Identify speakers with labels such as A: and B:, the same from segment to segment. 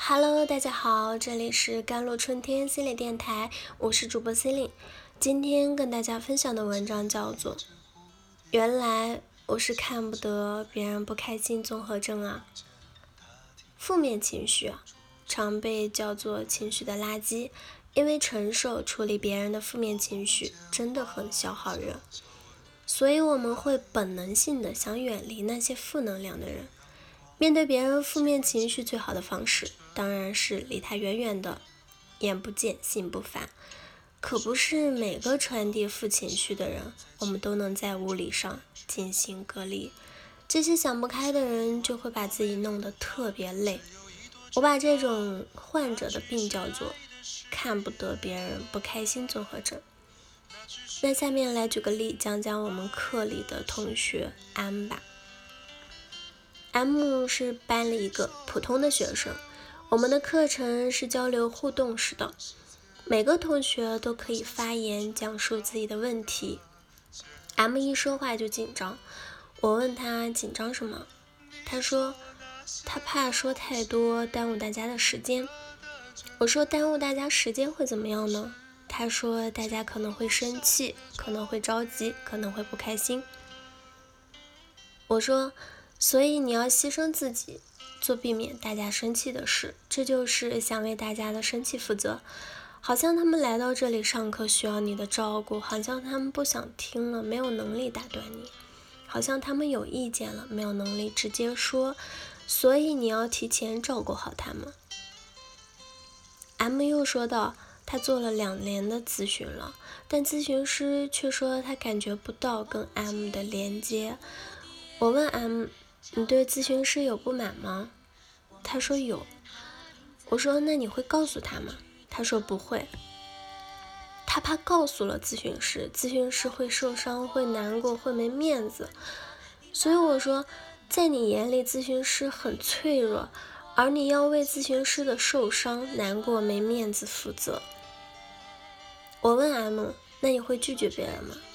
A: Hello，大家好，这里是甘露春天心理电台，我是主播 Celine。今天跟大家分享的文章叫做原来我是看不得别人不开心综合症啊。负面情绪常被叫做情绪的垃圾，因为承受处理别人的负面情绪真的很消耗人，所以我们会本能性的想远离那些负能量的人。面对别人负面情绪最好的方式当然是离他远远的，眼不见心不烦。可不是每个传递负情绪的人我们都能在物理上进行隔离，这些想不开的人就会把自己弄得特别累。我把这种患者的病叫做看不得别人不开心综合症。那下面来举个例，讲讲我们课里的同学 M 吧。M 是班里一个普通的学生，我们的课程是交流互动式的，每个同学都可以发言讲述自己的问题。M 一说话就紧张，我问他紧张什么，他说他怕说太多耽误大家的时间。我说耽误大家时间会怎么样呢？他说大家可能会生气，可能会着急，可能会不开心。我说所以你要牺牲自己，做避免大家生气的事，这就是想为大家的生气负责。好像他们来到这里上课需要你的照顾，好像他们不想听了，没有能力打断你，好像他们有意见了，没有能力直接说，所以你要提前照顾好他们。M 又说道，他做了2年的咨询了，但咨询师却说他感觉不到跟 M 的连接。我问 M， 你对咨询师有不满吗？他说有。我说那你会告诉他吗？他说不会，他怕告诉了咨询师，咨询师会受伤，会难过，会没面子。所以我说，在你眼里咨询师很脆弱，而你要为咨询师的受伤、难过、没面子负责。我问 M， 那你会拒绝别人吗？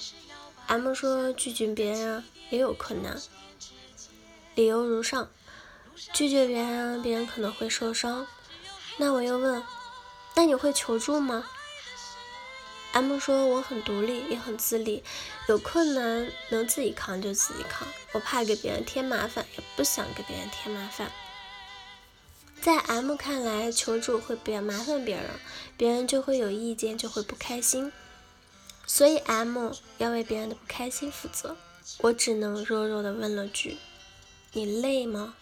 A: M 说拒绝别人也有困难，理由如上，拒绝别人，别人可能会受伤。那我又问，那你会求助吗？ M 说我很独立，也很自立，有困难能自己扛就自己扛，我怕给别人添麻烦，也不想给别人添麻烦。在 M 看来，求助会麻烦别人，别人就会有意见，就会不开心，所以 M 要为别人的不开心负责。我只能弱弱地问了句，你累吗？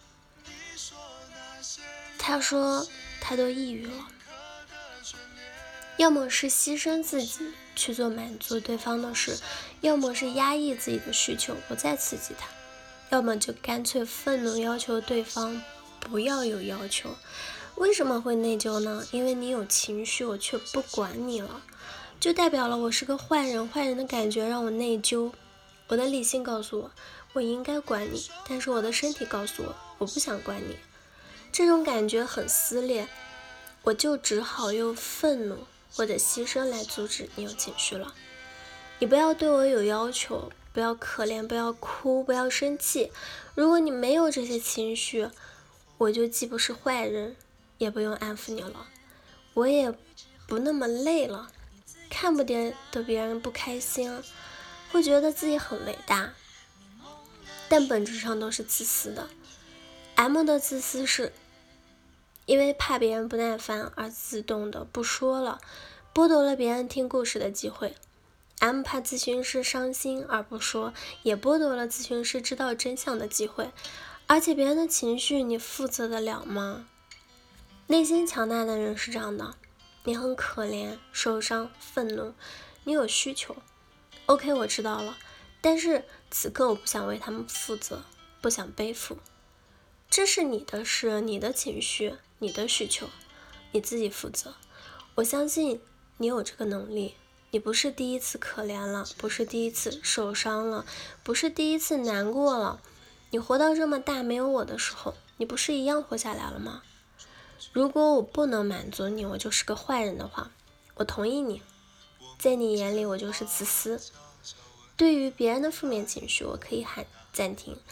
A: 他说他都抑郁了。要么是牺牲自己去做满足对方的事，要么是压抑自己的需求不再刺激他，要么就干脆愤怒要求对方不要有要求。为什么会内疚呢？因为你有情绪，我却不管你了，就代表了我是个坏人，坏人的感觉让我内疚。我的理性告诉我，我应该管你，但是我的身体告诉我，我不想管你。这种感觉很撕裂，我就只好用愤怒或者牺牲来阻止你有情绪了。你不要对我有要求，不要可怜，不要哭，不要生气。如果你没有这些情绪，我就既不是坏人，也不用安抚你了，我也不那么累了，看不得别人不开心，会觉得自己很伟大，但本质上都是自私的。M 的自私是因为怕别人不耐烦而自动的不说了，剥夺了别人听故事的机会。M 怕咨询师伤心而不说，也剥夺了咨询师知道真相的机会。而且别人的情绪你负责得了吗？内心强大的人是这样的，你很可怜，受伤，愤怒，你有需求， OK 我知道了，但是此刻我不想为他们负责，不想背负。这是你的事，你的情绪，你的需求，你自己负责。我相信你有这个能力，你不是第一次可怜了，不是第一次受伤了，不是第一次难过了。你活到这么大没有我的时候，你不是一样活下来了吗？如果我不能满足你，我就是个坏人的话，我同意你，在你眼里我就是自私。对于别人的负面情绪，我可以喊暂停，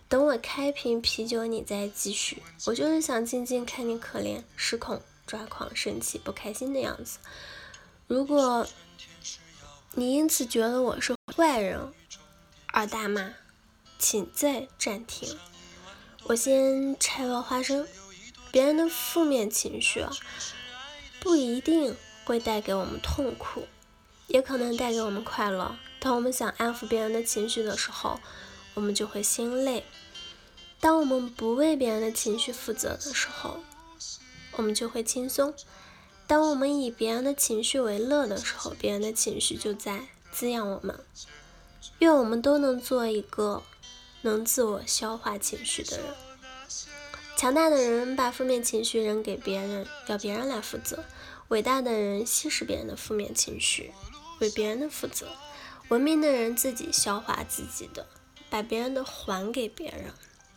A: 等我开瓶啤酒你再继续。我就是想静静看你可怜、失控、抓狂、生气、不开心的样子。如果你因此觉得我是坏人而大骂，请再暂停。我先拆了花生。别人的负面情绪不一定会带给我们痛苦，也可能带给我们快乐。当我们想安抚别人的情绪的时候，我们就会心累。当我们不为别人的情绪负责的时候，我们就会轻松。当我们以别人的情绪为乐的时候，别人的情绪就在滋养我们。愿我们都能做一个能自我消化情绪的人。强大的人把负面情绪扔给别人，要别人来负责。伟大的人稀释别人的负面情绪，为别人的负责。文明的人自己消化自己的，把别人的还给别人。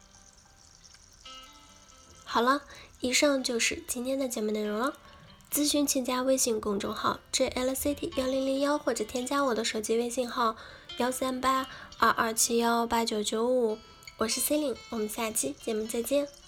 A: 好了，以上就是今天的节目内容了。咨询请加微信公众号 JLCT1001 或者添加我的手机微信号13822718995。我是 Celine， 我们下期节目再见。